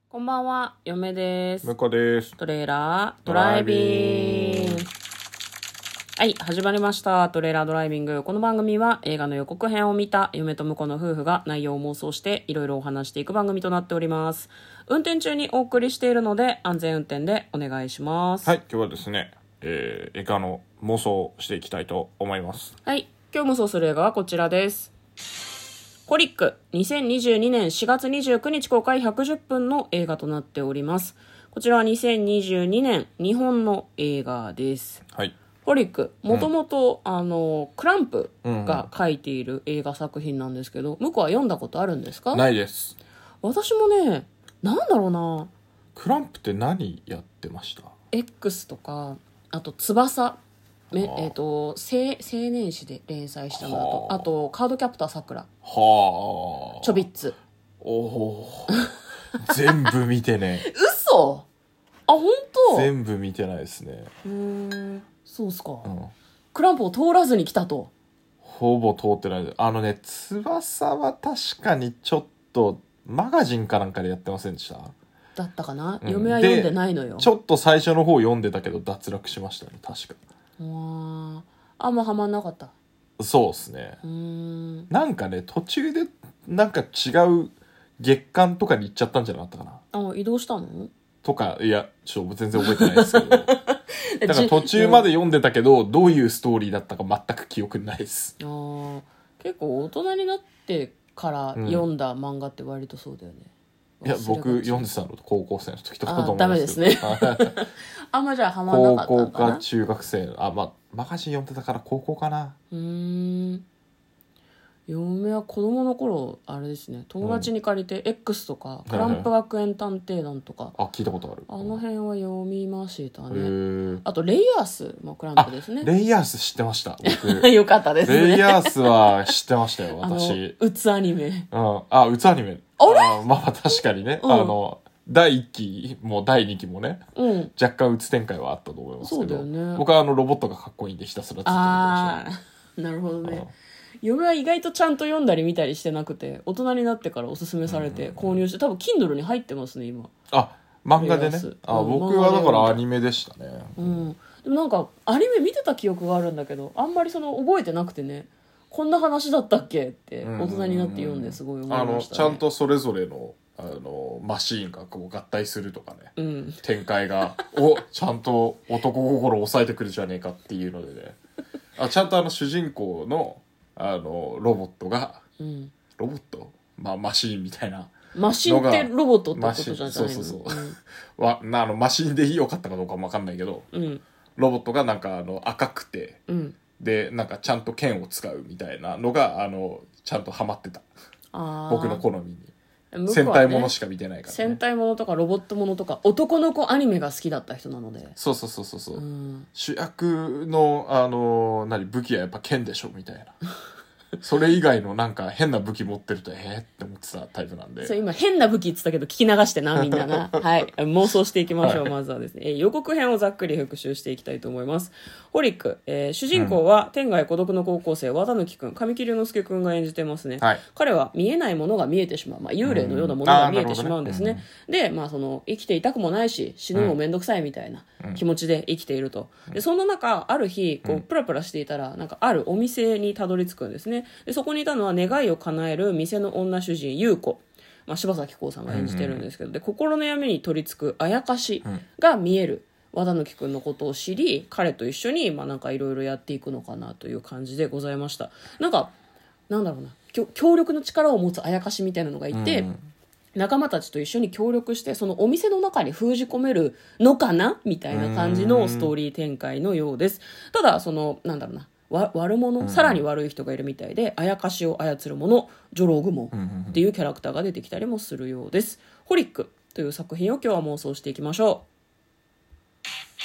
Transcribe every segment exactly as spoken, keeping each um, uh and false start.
こんばんは、嫁です。 向こうです。 トレーラードライビング。はい、始まりました。トレーラードライビング。この番組は映画の予告編を見た嫁と婿の夫婦が内容を妄想していろいろお話していく番組となっております。運転中にお送りしているので安全運転でお願いします。 はい、今日はですね、えー、映画の妄想をしていきたいと思います。 はい、今日妄想する映画はこちらです。ホリックにせんにじゅうにねんしがつにじゅうくにち公開ひゃくじゅっぷんの映画となっております。こちらはにせんにじゅうにねん日本の映画です。 はい。 ホリックもともとあのクランプが書いている映画作品なんですけど、向こうは読んだことあるんですか？ ないです。 私もね、なんだろうな、 クランプって何やってました？ X とか、あと翼め、 はあえー、と青青年誌で連載したのだと、 はああとカードキャプターさくら、 はあ。 ちょびっつ。 おお。全部見てね。 嘘？あ、本当？ 全部見てないですね。 うーん、そうっすか、 うん。 クランプを通らずに来たと。 ほぼ通ってない。あのね、翼は確かにちょっとマガジンかなんかでやってませんでした？ だったかな、 うん嫁は読んでないのよ。 ちょっと最初の方読んでたけど脱落しましたね、確か。 うわー、あんまハマんなかった。 そうですね。 うーん、 なんかね、途中でなんか違う月間とかに行っちゃったんじゃなかったかな。 あ、移動したの？ とか、いや、ちょっと全然覚えてないですけど。だから途中まで読んでたけど、どういうストーリーだったか全く記憶にないです。 あー、結構大人になってから読んだ漫画って割とそうだよね。 いや、 忘れがち僕読んでたの高校生の時とかだとあ、ダメ思いまですすね。 けあんまじゃあハマど。 んなか高校ったのかな。 か中学生。あ、まあ、マガジン読んでたから高校かな。 うーん、嫁は子供の頃あれですね、友達に借りて X とか、クランプ学園探偵団とか、 あ、聞いたことある。 あの辺は読みましたへね。 ー。 あとレイヤースもクランあプですね。 レイヤース知ってました。僕。 よかったですね。 レイヤースは知ってましたよ、 あの私。 うつアニメ。 うん。あ、うつアニメ。 あれあまあまあ確かにね。 うんあの、だいいっきもだいにきもね、 うん。 若干うつ展開はあったと思いますけど。 そうだよね僕はあのロボットがかっこいいんでひたすらずっと見てまああ、なるほどした。 ね。嫁は意外とちゃんと読んだり見たりしてなくて、大人になってからおすすめされて購入して、多分 Kindle に入ってますね今。 あ、漫画でねレイヤース。 あ、 うん僕はだか漫画で読んだらアニメでしたね。 うん。でもなんかアニメ見てた記憶があるんだけど、あんまりその覚えてなくてね、こんな話だったっけって大人になって読んですごい思いあの、 ましたね。 ちゃんとそれぞれの、あの、マシーンがこう合体するとかね。 うん。 展開が、お、ちゃんと男心を抑えてくるじゃねえかっていうのでね。あ、ちゃんとあの主人公の、あの、ロボットが、 うん。 ロボットまあ、マシーンみたいな。 マシンってロボットってことじゃないの？ マシンそうそうそうわなあのマシンで良かったかどうかも分かんないけど、 うん。うん。 ロボットがなんかあの赤くて、 うん。 でなんかちゃんと剣を使うみたいなのがあのちゃんとハマってた。 ああ。 僕の好みに。 向こうはね戦隊ものしか見てないから、ね、 戦隊ものとかロボットものとか男の子アニメが好きだった人なので。 そうそうそうそうそう、 うん。 主役のあの何武器はやっぱ剣でしょみたいなそれ以外のなんか変な武器持ってるとえーって思ってたタイプなんで。 そう、今変な武器言ってたけど聞き流してな、みんなな。はい。妄想していきましょう。 はいまずはですね、えー予告編をざっくり復習していきたいと思います。ホリック、えー主人公は天涯孤独の高校生、綿貫くん、神木隆之介くんが演じてますね。 はい彼は見えないものが見えてしまう。まあ、幽霊のようなものが見えてしまうんですね。 うんあで、まあ、その、生きていたくもないし、死ぬのもめんどくさいみたいな気持ちで生きていると。で、そんな中、ある日、こう、プラプラしていたら、なんか、あるお店にたどり着くんですね。で、そこにいたのは願いを叶える店の女主人、優子。まあ、柴咲コウさんが演じてるんですけど、で、心の闇に取り付くあやかしが見える。和田貫くんのことを知り、彼と一緒に、まあ、なんかいろいろやっていくのかなという感じでございました。なんか、なんだろうな、きょ強力な力を持つあやかしみたいなのがいて、 うん仲間たちと一緒に協力してそのお店の中に封じ込めるのかなみたいな感じのストーリー展開のようです。ただそのなんだろうな、わ悪者、さらに悪い人がいるみたいで、あやかしを操る者ジョログモっていうキャラクターが出てきたりもするようです。ホリックという作品を今日は妄想していきましょう。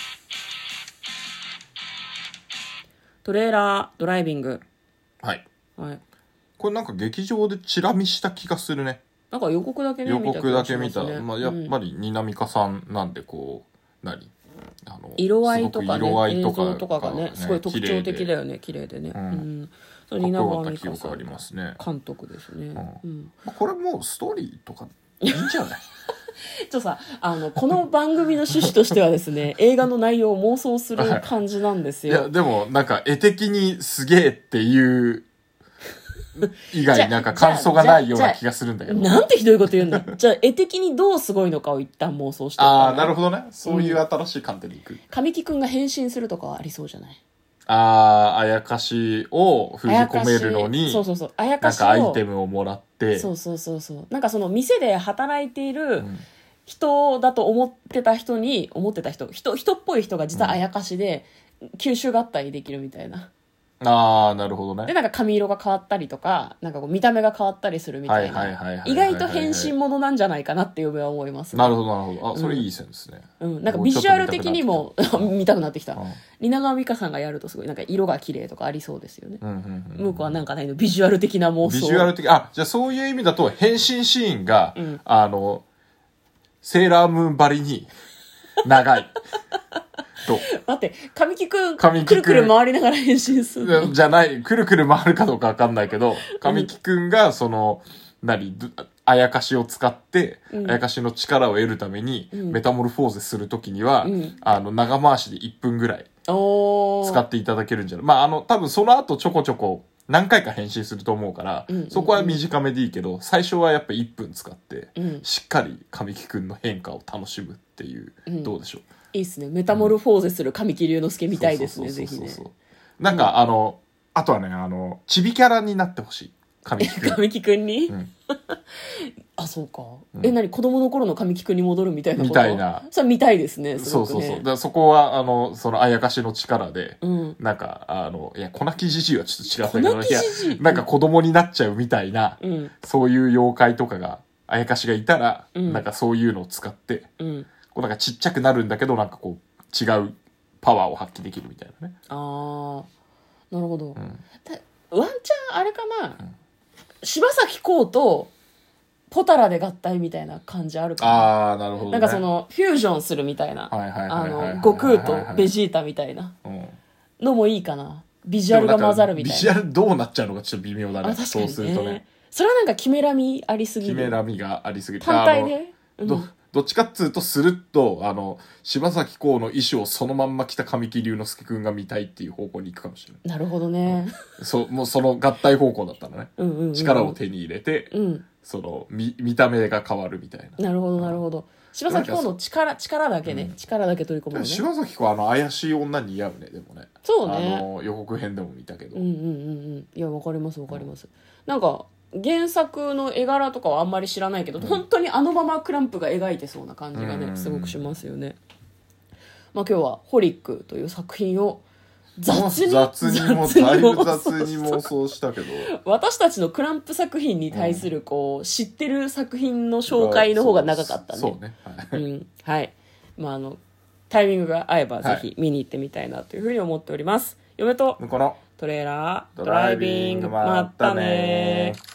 トレーラードライビング。 はい。 はい。 これなんか劇場でチラ見した気がするね。 なんか予告だけね、 予告だけ見た、 見た気がしますね。 まあ、やっぱり、 り南香さんなんでこう何あの色合いとかね、 すごく色合いとか映像とかがね、すごい特徴的だよね、綺麗でね。 うんうん、そう、 かっこ蜷川美よかった記香さん憶ありますね。 監督ですね。うん。 まあこれもうストーリーとかいいんじゃないとさあのこの番組の趣旨としてはですね映画の内容を妄想する感じなんですよ。 いやでもなんか絵的にすげえっていう以外なんか感想がないような気がするんだけど。 なんてひどいこと言うんだ。じゃあ絵的にどうすごいのかを一旦妄想してるから。 ああなるほどね。そういう新しい観点でいく。 神木くんが変身するとかはありそうじゃない？ あああやかしを封じ込めるのにそうそうそうあやかしをなんかアイテムをもらってそうそうそうそうなんかその店で働いている人だと思ってた人に思ってた人人人っぽい人が実はあやかしで吸収合体できるみたいな。 ああなるほどね。 でなんか髪色が変わったりとかなんかこう見た目が変わったりするみたいな意外と変身ものなんじゃないかなって嫁は思います、ね、 なるほどなるほどあそれいい線ですね、 うん、なんかビジュアル的にも見たくなってきた、うん、蜷川美香さんがやるとすごいなんか色が綺麗とかありそうですよね。向こうはなんかないのビジュアル的な妄想ビジュアル的あじゃあそういう意味だと変身シーンが、うん、あのセーラームーンばりに長い待って神木くんくるくる回りながら変身するのじゃないくるくる回るかどうか分かんないけど神木くんがその何あやかしを使って、うん、あやかしの力を得るために、うん、メタモルフォーゼするときには、うん、あの長回しでいっぷんぐらい使っていただけるんじゃないまああの多分その後ちょこちょこ何回か変身すると思うから、うんうんうん、そこは短めでいいけど最初はやっぱいっぷん使って、うん、しっかり神木くんの変化を楽しむっていう、うん、どうでしょういいっすねメタモルフォーゼする神木隆之介みたいですねぜひねなんか、うん、あのあとはねあのチビキャラになってほしい神木くん神木くんに、うん、あそうか、うん、え何子供の頃の神木くんに戻るみたいなことみたいなそれ見たいですねすごくねそうそうそうだからそこはあのそのあやかしの力で、うん、なんかあのいや粉木じじいはちょっと違ったけどいやなんか子供になっちゃうみたいな、うん、そういう妖怪とかがあやかしがいたら、うん、なんかそういうのを使って、うんこうなんかちっちゃくなるんだけどなんかこう違うパワーを発揮できるみたいなねああなるほど、うん、ワンチャンあれかな、うん、柴咲コウとポタラで合体みたいな感じあるかなああなるほど、ね、 なんかそのフュージョンするみたいな悟空とベジータみたいなのもいいかなビジュアルが混ざるみたいなビジュアルどうなっちゃうのかちょっと微妙だねあ確かにねそうするとねそれはなんかキメラミありすぎるキメラミがありすぎる単体で、うん、 どどっちかっつうとスルッとあの柴咲コウの衣装をそのまんま着た神木隆之介くんが見たいっていう方向に行くかもしれないなるほどね、 うん、そうもうその合体方向だったのね、うんうんうん、力を手に入れて、うん、その 見, 見た目が変わるみたいななるほどなるほど柴咲コウの力力だけね、うん、力だけ取り込むのね柴咲コウあの怪しい女に似合うねでもねそうねあの予告編でも見たけどうんうんうんうんいやわかりますわかります、うん、なんか原作の絵柄とかはあんまり知らないけど、うん、本当にあのままクランプが描いてそうな感じがねすごくしますよね、まあ、今日はホリックという作品を雑に雑にもだいぶ雑に妄想したけど私たちのクランプ作品に対するこう、うん、知ってる作品の紹介の方が長かったねそうねはい、うん、 はいまああのタイミングが合えばぜひ見に行ってみたいなというふうに思っております、はい、嫁とこのトレーラードライビングまったね